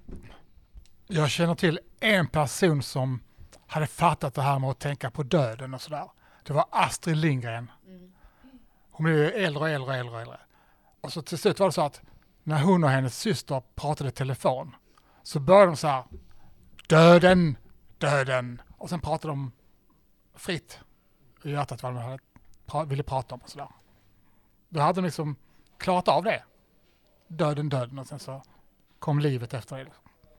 Jag känner till en person som hade fattat det här med att tänka på döden och sådär. Det var Astrid Lindgren. Hon blev ju äldre och äldre och äldre och äldre. Och så till slut var det så att när hon och hennes syster pratade i telefon så började de så här: döden, döden. Och sen pratade de fritt i hjärtat vad de hade, pra- ville prata om och sådär. Då hade de liksom klarat av det. Döden, döden och sen så kom livet efter det.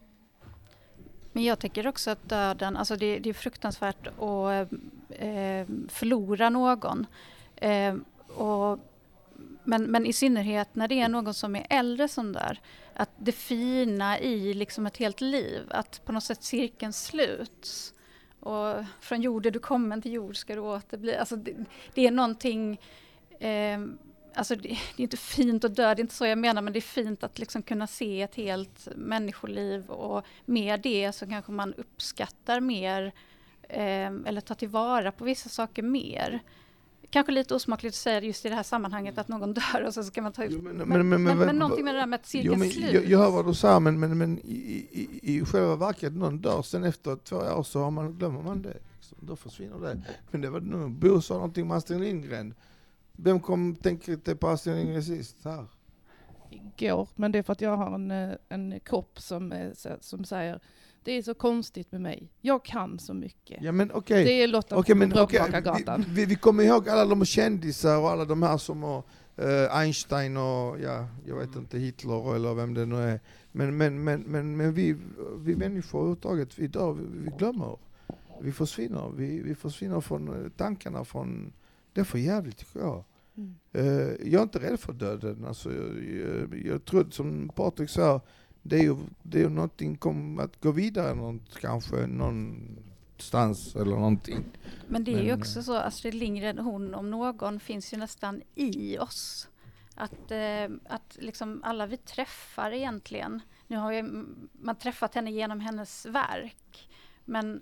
Men jag tycker också att döden, alltså det, det är fruktansvärt att eh, förlora någon. Eh, och, men, men i synnerhet när det är någon som är äldre som där. Att det fina i liksom ett helt liv, att på något sätt cirkeln sluts. Och från jord är du kommen, till jord ska du återbli. Alltså det, det är någonting... Eh, alltså det, det är inte fint att dö, det är inte så jag menar, men det är fint att liksom kunna se ett helt människoliv, och med det så kanske man uppskattar mer eh, eller tar tillvara på vissa saker mer. Kanske lite osmakligt att säga just i det här sammanhanget att någon dör och så ska man ta ut. Jo, men, men, men, men, men, men någonting med det där med att cirkeln slut. Jag, jag hör vad du säger, men, men, men i, i, i själva verket någon dör, sen efter två år så har man, glömmer man det. Liksom. Då försvinner det. Men det var nog Bo sa någonting med Astrid Lindgren. Vem kom tänka det på Astrid Lindgren sist? Här. Igår, men det är för att jag har en, en kopp som, som säger det är så konstigt med mig. Jag kan så mycket. Ja, men okay. Det är Lotta okay, på Bråkmakargatan. Okay. Vi, vi, vi kommer ihåg alla de kändisar och alla de här som har uh, Einstein och ja, jag vet inte, Hitler eller vem det nu är. Men, men, men, men, men vi, vi människor överhuvudtaget, vi dör, vi, vi glömmer. Vi försvinner. Vi, vi försvinner från tankarna från... Det är för jävligt, tycker jag. Mm. Uh, jag är inte rädd för döden. Alltså, jag, jag, jag tror, som Patrik sa, det är ju, det är ju någonting kom att gå vidare något, kanske någonstans eller någonting. Men det är Men, ju också så, Astrid Lindgren, hon om någon finns ju nästan i oss. Att, eh, att liksom alla vi träffar egentligen, nu har ju, man träffat henne genom hennes verk, men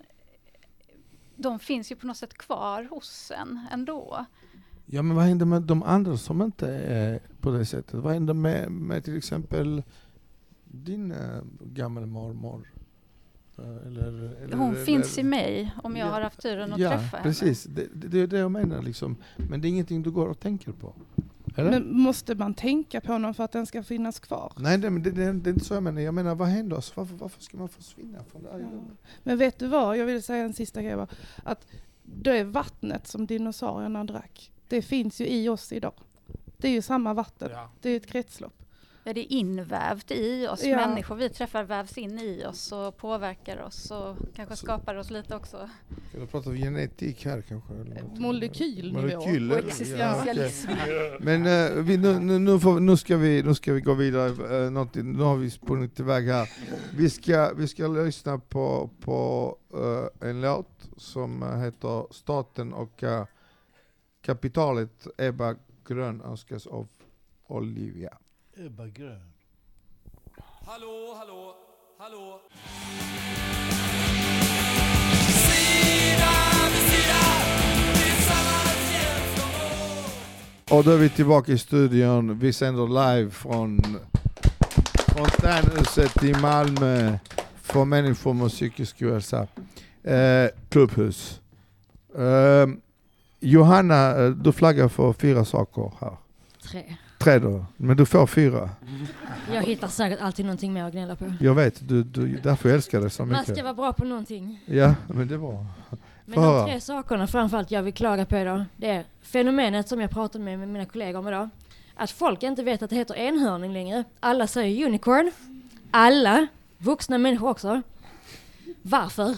de finns ju på något sätt kvar hos en ändå. Ja, men vad händer med de andra som inte är på det sättet? Vad händer med, med till exempel din äh, gamla mormor? Eller, eller, hon eller, finns eller, i mig om jag ja, har haft turen att ja, träffa precis. henne. Det, det, det är det jag menar liksom. Men det är ingenting du går och tänker på. Eller? Men måste man tänka på någon för att den ska finnas kvar? Nej, det, det, det, det är inte så jag menar. Jag menar, vad händer oss? Varför, varför ska man försvinna från det här? Ja. Men vet du vad? Jag vill säga en sista grej bara. Att det är vattnet som dinosaurierna drack. Det finns ju i oss idag. Det är ju samma vatten. Ja. Det är ett kretslopp. Ja, det är invävt i oss. Ja. Människor vi träffar vävs in i oss och påverkar oss och kanske så. skapar oss lite också. Ska vi prata om genetik här kanske? Molekylnivå. Molekyler. Och existentialism. Ja, okay. Men uh, vi, nu, nu, nu, får, nu, ska vi, nu ska vi gå vidare. Uh, någonting, nu har vi spunnit iväg här. Vi ska, vi ska lyssna på, på uh, en låt som uh, heter Staten och uh, kapitalet. Ebba Grön önskas av Olivia. Ebba Grön. Hallå, hallå, hallå. Sida vid sida, tillsammans hjälps de åt. Och då är vi tillbaka i studion. Vi sänder live från Fontänhuset i Malmö för människor med psykisk ohälsa. Eh, klubbhus. Eh, Johanna, du flaggar för fyra saker här. Tre. Tre då, men du får fyra. Jag hittar säkert alltid någonting mer att gnälla på. Jag vet, du, du, därför älskar det så mycket. Man ska vara bra på någonting. Ja, men det var. Men de tre sakerna framförallt jag vill klaga på idag, det är fenomenet som jag pratade med, med mina kollegor om idag. Att folk inte vet att det heter enhörning längre. Alla säger unicorn. Alla, vuxna människor också. Varför?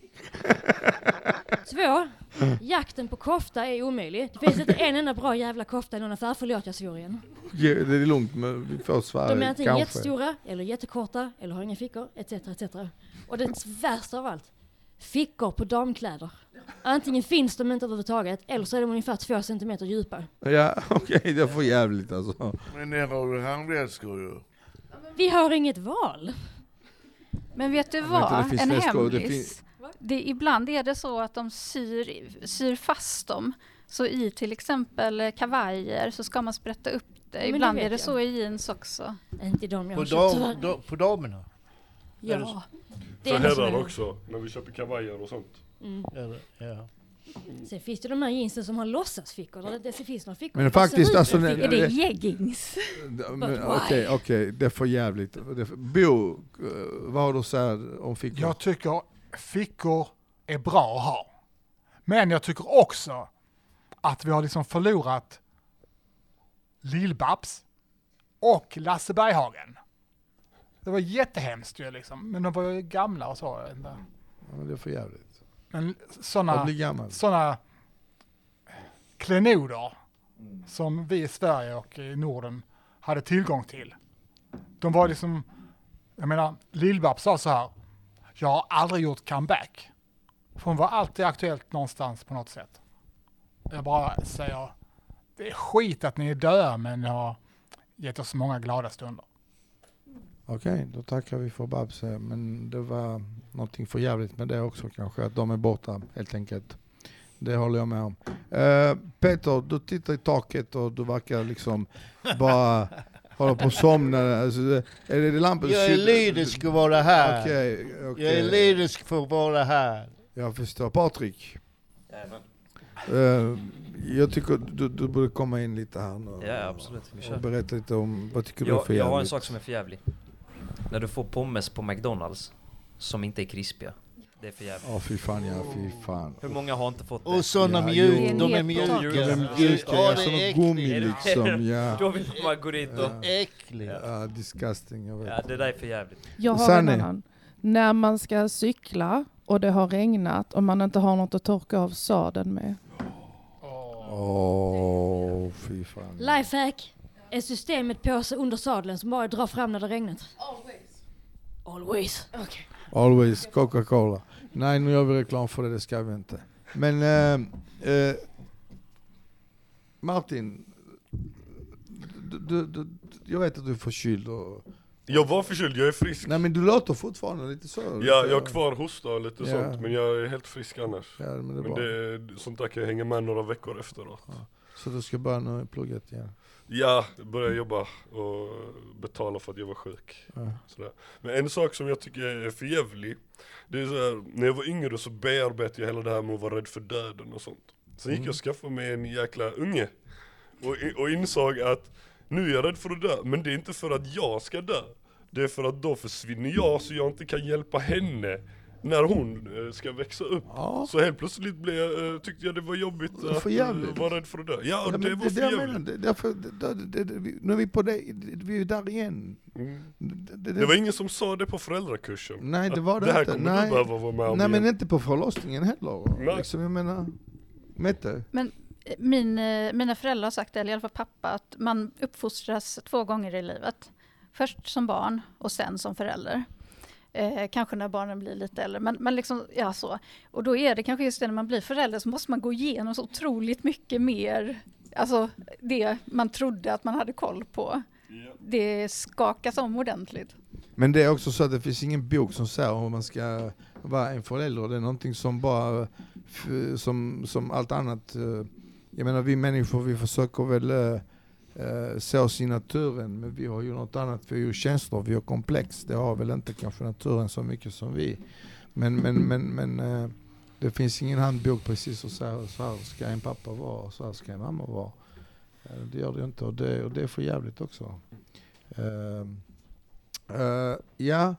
Två, jakten på kofta är omöjlig. Det finns inte en enda bra jävla kofta i någon affär, förlåt jag svor igen. Ja, det är lugnt, men vi får svara. De är antingen jättestora, eller jättekorta, eller har inga fickor, et cetera et cetera. Och det värsta av allt, fickor på damkläder. Antingen finns de inte överhuvudtaget, eller så är de ungefär två centimeter djupa. Ja, okej, okay, det får jävligt alltså. Men det har du handväskor ju. Vi har inget val. Men vet du vad? En hemlis. Det, ibland är det så att de syr, syr fast dem. Så i till exempel kavajer så ska man sprätta upp det. Men ibland det är det jag. så i jeans också. Inte de jag på, dam, da, på damerna? Ja. Det är för herrar också, när vi köper kavajer och sånt. Mm. Eller, ja. Sen finns det de här jeansen som har låtsasfickor. Eller det finns några fickor. Men faktiskt, alltså... Är det, det jeggings? Okej, okej. Okay, det är för jävligt. Det för, Bo, vad har du sagt om fickor? Jag tycker fickor är bra att ha. Men jag tycker också att vi har liksom förlorat Lill-Babs och Lasse Berghagen. Det var jättehemskt ju liksom. Men de var ju gamla och så. Ja, men det är för jävligt. Men sådana såna klenoder mm. som vi i Sverige och i Norden hade tillgång till. De var liksom, jag menar, Lill-Babs sa så här: jag har aldrig gjort comeback. För hon var alltid aktuellt någonstans på något sätt. Jag bara säger det är skit att ni är döda, men ni har gett oss många glada stunder. Okej, okay, då tackar vi för Babs. Men det var någonting för jävligt med det också kanske, att de är borta helt enkelt. Det håller jag med om. Uh, Peter, du tittar i taket och du verkar liksom bara hålla på att somna. Alltså, är det lampan? Jag är lyrisk att vara här. Okay, okay. Jag är lyrisk för att vara här. Jag förstår. Patrik? Uh, jag tycker du, du borde komma in lite här nu. Ja, absolut. Vi kör. Och berätta lite om vad tycker jag, du är för jävligt. Jag har en sak som är för jävlig. När du får pommes på McDonalds som inte är krispiga. Det är för jävligt. Åh oh, fy fan, ja fy fan. Hur många har inte fått det? Och sådana ja, mjuk, de är mjuka. De är mjuka, ja, som gummi liksom. Ja. Då vill man gå dit och... Ja. Äckligt. Ja, disgusting. Jag vet. Ja, det där är för jävligt. Jag har Sanne. en annan. När man ska cykla och det har regnat och man inte har något att torka av sadeln med. Åh, oh, fy fan. Lifehack. Är systemet på sig under sadeln som bara drar fram när det regnat. Always. Always. Okej. Okay. Always Coca-Cola. Nej, nu gör vi reklam för det, det ska vi inte. Men äh, äh, Martin, du, du, du, jag vet att du är förkyld. Och... Jag var förkyld, jag är frisk. Nej, men du låter fortfarande lite så. Lite... Ja, jag har kvar hosta och lite ja. sånt, men jag är helt frisk annars. Ja, men det är men det, sånt där kan jag hänga med några veckor efteråt. Ja. Så du ska börja nu i plugget igen? Ja, börja jobba och betala för att jag var sjuk. Ja. Sådär. Men en sak som jag tycker är för jävlig, det är så här, när jag var yngre så bearbetade jag hela det här med att vara rädd för döden och sånt. Sen gick Mm. jag och skaffade mig en jäkla unge och, och insåg att nu är jag rädd för att dö, men det är inte för att jag ska dö. Det är för att då försvinner jag så jag inte kan hjälpa henne när hon eh, ska växa upp. Ja. Så helt plötsligt blev jag, eh, tyckte jag det var jobbigt att uh, vara rädd för att dö. Ja, och ja, det var det, för det jävligt. det, därför, det, det, det, vi, nu är vi på det, vi är där igen. Mm. Det, det, Det var ingen som sa det på föräldrakursen. Nej, det var det, det här inte. kommer Nej. du behöva vara med om. Nej, men igen. inte på förlossningen heller. Nej. Liksom, jag menar, Mette. Men min, eh, mina föräldrar har sagt det, eller i alla fall pappa, att man uppfostras två gånger i livet. Först som barn och sen som förälder. Eh, kanske när barnen blir lite äldre. Men, men liksom, ja så. Och då är det kanske just det, när man blir förälder så måste man gå igenom så otroligt mycket mer. Alltså det man trodde att man hade koll på. Yeah. Det skakas om ordentligt. Men det är också så att det finns ingen bok som säger hur man ska vara en förälder. Det är någonting som bara, som, som allt annat. Jag menar, vi människor, vi försöker väl uh, se oss i naturen, men vi har ju något annat. Vi har ju känslor, vi har komplex. Det har väl inte kanske naturen så mycket som vi. Men, men, men, men uh, det finns ingen handbok precis och så här, så här ska en pappa vara och så här ska en mamma vara. Uh, det gör det inte, och det, och det är för jävligt också. Uh, Uh, ja,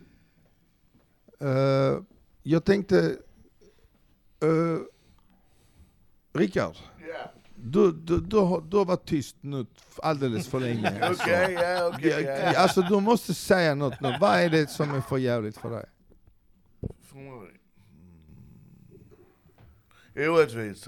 uh, jag tänkte, uh, Rickard, yeah. du, du, du, har, du har varit tyst nu alldeles för länge. Okej, alltså. ja, okej. Okay, yeah. Alltså du måste säga något nu. Vad är det som är för jävligt för dig? För mig? Orättvisa.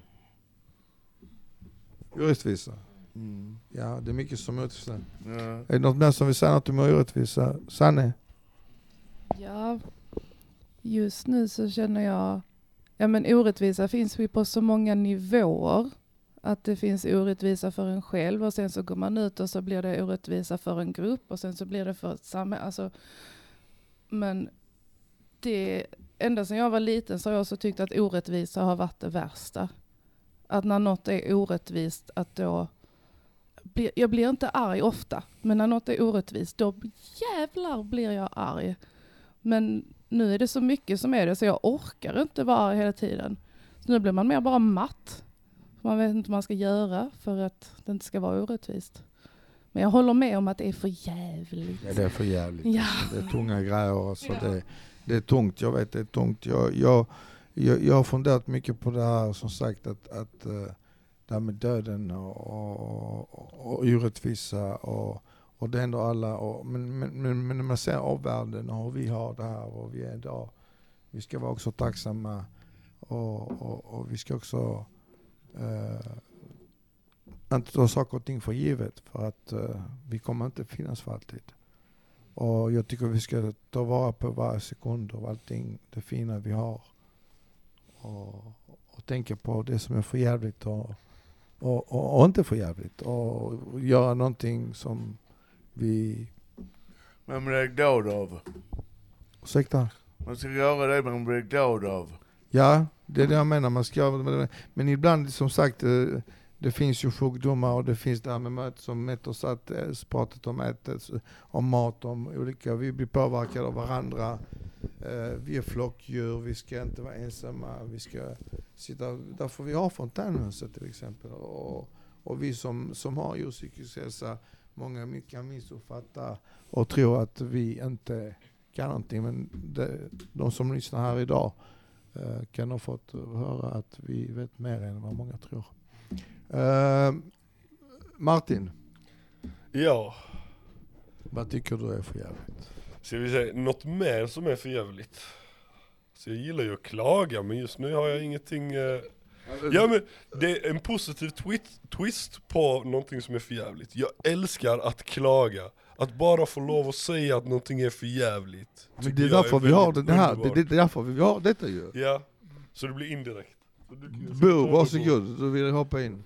Orättvisa? Mm. Ja, det är mycket som är orättvisa. Ja. Är det något mer som vi säger något om orättvisa? Sanne? Ja, just nu så känner jag, ja men orättvisa finns vi på så många nivåer. Att det finns orättvisa för en själv och sen så går man ut och så blir det orättvisa för en grupp och sen så blir det för ett samhälle. Alltså, men det, ända sedan jag var liten så har jag också tyckt att orättvisa har varit det värsta. Att när något är orättvist, att då blir, jag blir inte arg ofta, men när något är orättvist då jävlar blir jag arg. Men nu är det så mycket som är det så jag orkar inte vara arg hela tiden. Så nu blir man mer bara matt. Man vet inte vad man ska göra för att det inte ska vara orättvist. Men jag håller med om att det är för jävligt. Ja, det är för jävligt. Ja. Det är tunga grejer. Alltså. Ja. Det, det är tungt, jag vet det är tungt. Jag, jag, jag, jag har funderat mycket på det här, som sagt, att, att uh, det här med döden och, och, och orättvisa och, och det händer alla. Och, men, men, men, men när man ser avvärlden och hur vi har det här och vi är idag, vi ska vara också tacksamma och, och, och vi ska också uh, inte ta saker och ting för givet, för att uh, vi kommer inte finnas för alltid. Och jag tycker vi ska ta vara på varje sekund av allting det fina vi har. Och, och tänka på det som är för jävligt och, och, och, och inte för jävligt. Och göra någonting som vi... Men man är glad av. Ursäkta? Man ska göra det man blir glad av. Ja, det är det jag menar. Man ska, men ibland, som sagt, det, det finns ju sjukdomar och det finns det här med mötet som Mette satt, pratat om ätet, om mat, om olika, vi blir påverkade av varandra. Vi är flockdjur, vi ska inte vara ensamma, vi ska sitta, därför vi har fontänhuset till exempel. Och, och vi som, som har ju psykisk hälsa, många kan missuppfatta och tror att vi inte kan någonting, men det, de som lyssnar här idag uh, kan ha fått höra att vi vet mer än vad många tror. Uh, Martin? Ja. Vad tycker du är för jävligt? Ska vi säga något mer som är för jävligt? Så jag gillar ju att klaga, men just nu har jag ingenting... Uh... Ja, men det är en positiv twist, twist på någonting som är för jävligt. Jag älskar att klaga. Att bara få lov att säga att någonting är för jävligt. Men det är därför vi har det här. Det, det är därför vi har detta ju. Ja, så det blir indirekt. Bo, varsågod. Du vill hoppa in.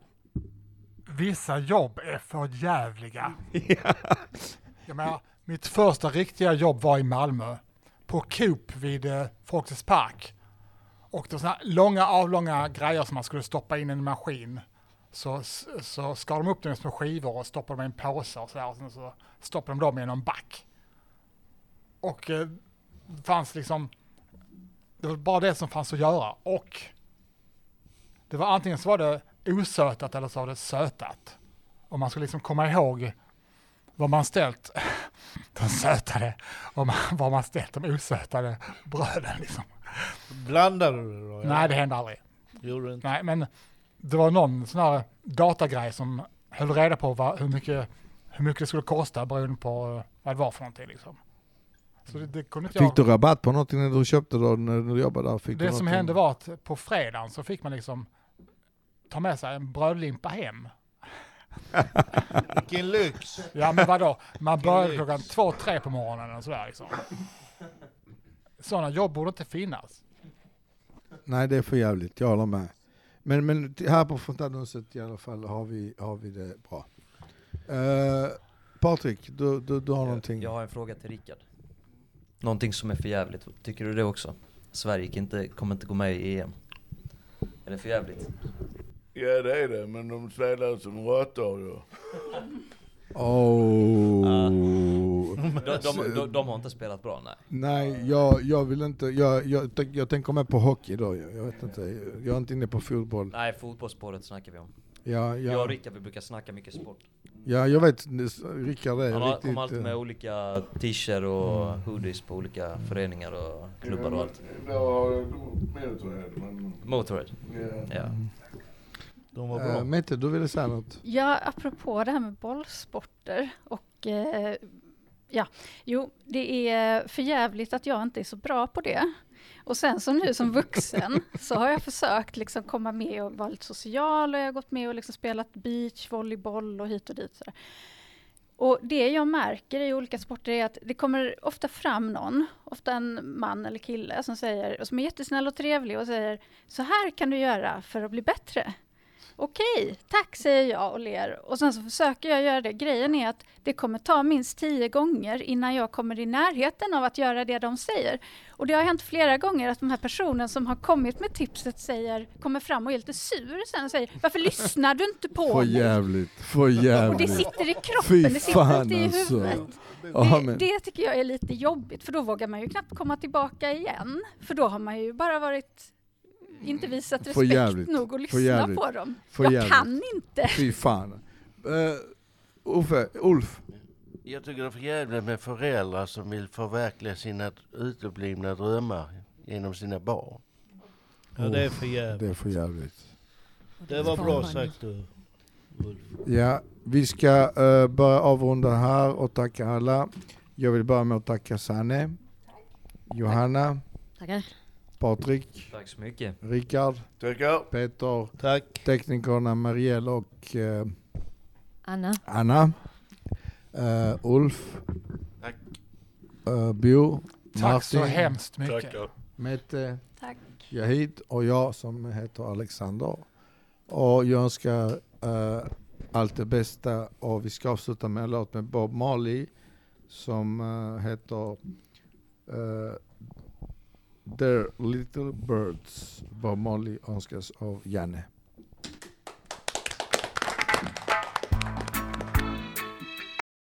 Vissa jobb är för jävliga. Jag menar, mitt första riktiga jobb var i Malmö. På Coop vid eh, Folkets Park. Och det var såna långa avlånga grejer som man skulle stoppa in i en maskin. Så, så skar de upp dem som skivor och stoppade dem i en påse och så där. Och sen så stoppade de dem i någon back. Och eh, det fanns liksom... Det var bara det som fanns att göra. Och det var antingen så var det osötat eller så var det sötat. Och man skulle liksom komma ihåg vad man ställt de sötade och man, vad man ställt de osötade bröden liksom. Blandade du då? Ja. Nej, det hände aldrig. Gjorde du inte? Nej, men det var någon sån här datagrej som höll reda på vad, hur, mycket, hur mycket det skulle kosta beroende på vad det var för någonting liksom. Så det, det kunde inte Fick jag... du rabatt på någonting när du köpte då, när du jobbade där? Fick det du som någonting? hände var att på fredagen så fick man liksom ta med sig en brödlimpa hem. Vilken lyx! Ja, men vadå? Man började klockan två, tre på morgonen och sådär liksom. Sådana jobb borde inte finnas. Nej, det är för jävligt, jag håller med. Men, men här på Fontänhuset i alla fall har vi, har vi det bra. Uh, Patrik, du, du, du har jag, någonting. Jag har en fråga till Rickard. Någonting som är för jävligt. Tycker du det också? Sverige inte, kommer inte gå med i E M. Är det för jävligt? Ja, det är det, men de spelar som råttor ju. Oh. Uh, de, de, de, de har inte spelat bra, nej. Nej, jag, jag vill inte, jag, jag, jag tänker med på hockey då, jag, jag vet inte, jag är inte inne på fotboll. Nej, fotbollsspåret snackar vi om. Ja, ja. Jag och Rickard, vi brukar snacka mycket sport. Ja, jag vet, Rickard är Han har, riktigt... kommer alltid med olika t-shirts och mm. hoodies på olika föreningar och klubbar och allt. Ja, Motorhead, men... Motorhead? Yeah. Ja. De var bra. Uh, Mette, du ville säga något? Ja, apropå det här med bollsporter och eh, ja, jo, det är för jävligt att jag inte är så bra på det. Och sen så nu som vuxen så har jag försökt liksom komma med och vara lite social och jag har gått med och liksom spelat beach, volleyboll och hit och dit. Så där. Och det jag märker i olika sporter är att det kommer ofta fram någon, ofta en man eller kille som säger, och som är jättesnäll och trevlig och säger så här kan du göra för att bli bättre. Okej, tack säger jag och ler. Och sen så försöker jag göra det. Grejen är att det kommer ta minst tio gånger innan jag kommer i närheten av att göra det de säger. Och det har hänt flera gånger att de här personen som har kommit med tipset säger, kommer fram och är lite sur sen och säger, varför lyssnar du inte på för mig? Jävligt, för jävligt. Och det sitter i kroppen, Fy det sitter fan, inte i huvudet. Alltså. Det, Ja, men... det tycker jag är lite jobbigt, för då vågar man ju knappt komma tillbaka igen. För då har man ju bara varit... inte visat respekt jävligt. nog att lyssna på dem. För jag jävligt. kan inte. Fy fan. Uh, Uffe, Ulf. Jag tycker det är för jävligt med föräldrar som vill förverkliga sina uteblivna drömmar genom sina barn. Ja, det är för jävligt. Det är för jävligt. Det var bra sagt du, Ulf. Ja, vi ska uh, börja avrunda här och tacka alla. Jag vill börja med att tacka Sanne, Johanna, Tackar. Patrik. Tack så mycket. Rickard. Tackar. Peter. Tack. Teknikerna Marielle och uh, Anna. Anna. Uh, Ulf. Tack. Uh, Bo. Tack Martin. så hemskt mycket. Tackar. Mette. Tack. Jahid och jag som heter Alexander. Och jag önskar uh, allt det bästa. Och vi ska avsluta med en låt med Bob Marley som uh, heter uh, Their Little Birds. Bob Marley önskas av Janne.